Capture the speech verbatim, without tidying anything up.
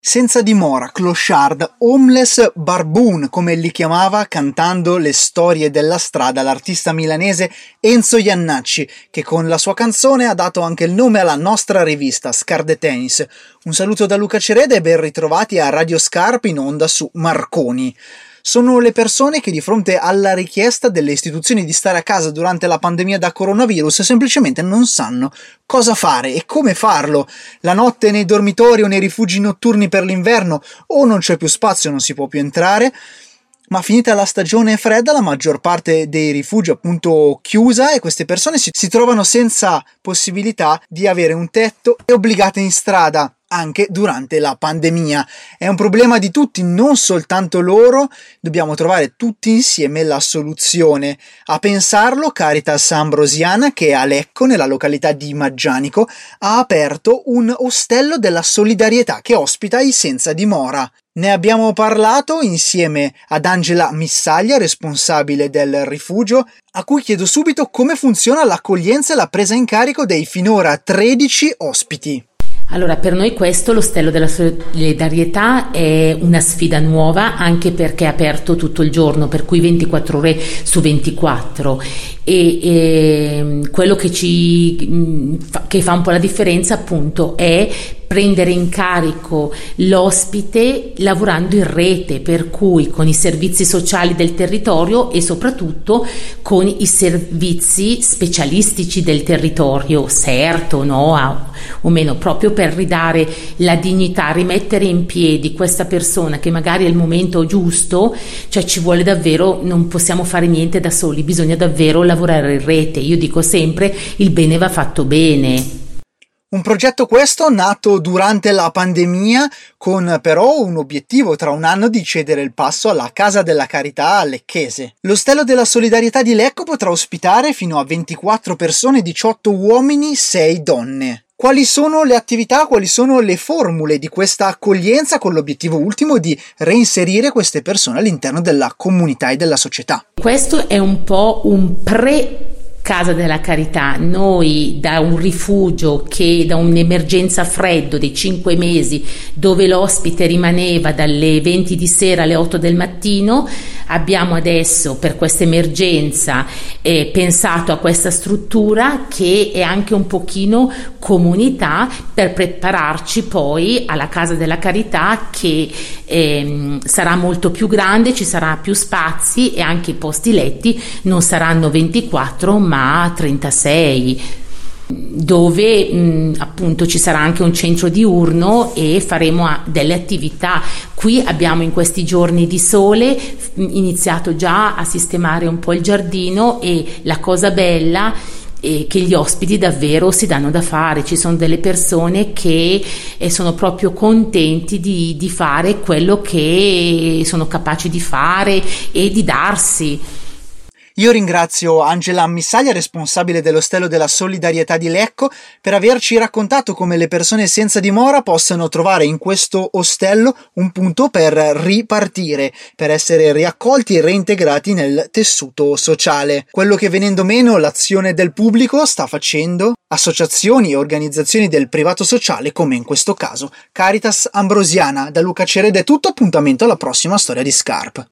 Senza dimora, clochard, homeless, barboon, come li chiamava cantando le storie della strada l'artista milanese Enzo Jannacci, che con la sua canzone ha dato anche il nome alla nostra rivista Scar de Tennis. Un saluto da Luca Cereda e ben ritrovati a Radio Scarp in onda su Marconi. Sono le persone che di fronte alla richiesta delle istituzioni di stare a casa durante la pandemia da coronavirus semplicemente non sanno cosa fare e come farlo. La notte nei dormitori o nei rifugi notturni per l'inverno o non c'è più spazio, non si può più entrare, ma finita la stagione fredda la maggior parte dei rifugi appunto chiusa e queste persone si, si trovano senza possibilità di avere un tetto e obbligate in strada anche durante la pandemia. È un problema di tutti, non soltanto loro, dobbiamo trovare tutti insieme la soluzione. A pensarlo, Caritas Ambrosiana, che a Lecco, nella località di Maggianico, ha aperto un ostello della solidarietà che ospita i senza dimora. Ne abbiamo parlato insieme ad Angela Missaglia, responsabile del rifugio, a cui chiedo subito come funziona l'accoglienza e la presa in carico dei finora tredici ospiti. Allora, per noi questo, l'Ostello della Solidarietà, è una sfida nuova, anche perché è aperto tutto il giorno, per cui ventiquattro ore su ventiquattro, e, e quello che ci che fa un po' la differenza appunto è prendere in carico l'ospite lavorando in rete, per cui con i servizi sociali del territorio e soprattutto con i servizi specialistici del territorio, Serto, Noa o meno, proprio per ridare la dignità, rimettere in piedi questa persona che magari è il momento giusto, cioè ci vuole davvero, non possiamo fare niente da soli, bisogna davvero lavorare in rete. Io dico sempre, il bene va fatto bene. Un progetto questo nato durante la pandemia, con però un obiettivo tra un anno di cedere il passo alla Casa della Carità lecchese. L'Ostello della Solidarietà di Lecco potrà ospitare fino a ventiquattro persone, diciotto uomini, sei donne. Quali sono le attività, quali sono le formule di questa accoglienza con l'obiettivo ultimo di reinserire queste persone all'interno della comunità e della società? Questo è un po' un pre Casa della Carità. Noi, da un rifugio che da un'emergenza freddo dei cinque mesi, dove l'ospite rimaneva dalle venti di sera alle otto del mattino, abbiamo adesso per questa emergenza eh, pensato a questa struttura che è anche un pochino comunità, per prepararci poi alla Casa della Carità, che eh, sarà molto più grande, ci sarà più spazi e anche i posti letti non saranno ventiquattro ma trentasei, dove mh, appunto ci sarà anche un centro diurno e faremo a, delle attività. Qui abbiamo in questi giorni di sole iniziato già a sistemare un po' il giardino, e la cosa bella è che gli ospiti davvero si danno da fare. Ci sono delle persone che eh, sono proprio contenti di, di fare quello che sono capaci di fare e di darsi. Io ringrazio Angela Missaglia, responsabile dell'Ostello della Solidarietà di Lecco, per averci raccontato come le persone senza dimora possano trovare in questo ostello un punto per ripartire, per essere riaccolti e reintegrati nel tessuto sociale. Quello che, venendo meno l'azione del pubblico, sta facendo associazioni e organizzazioni del privato sociale, come in questo caso Caritas Ambrosiana. Da Luca Cereda è tutto, appuntamento alla prossima storia di Scarp.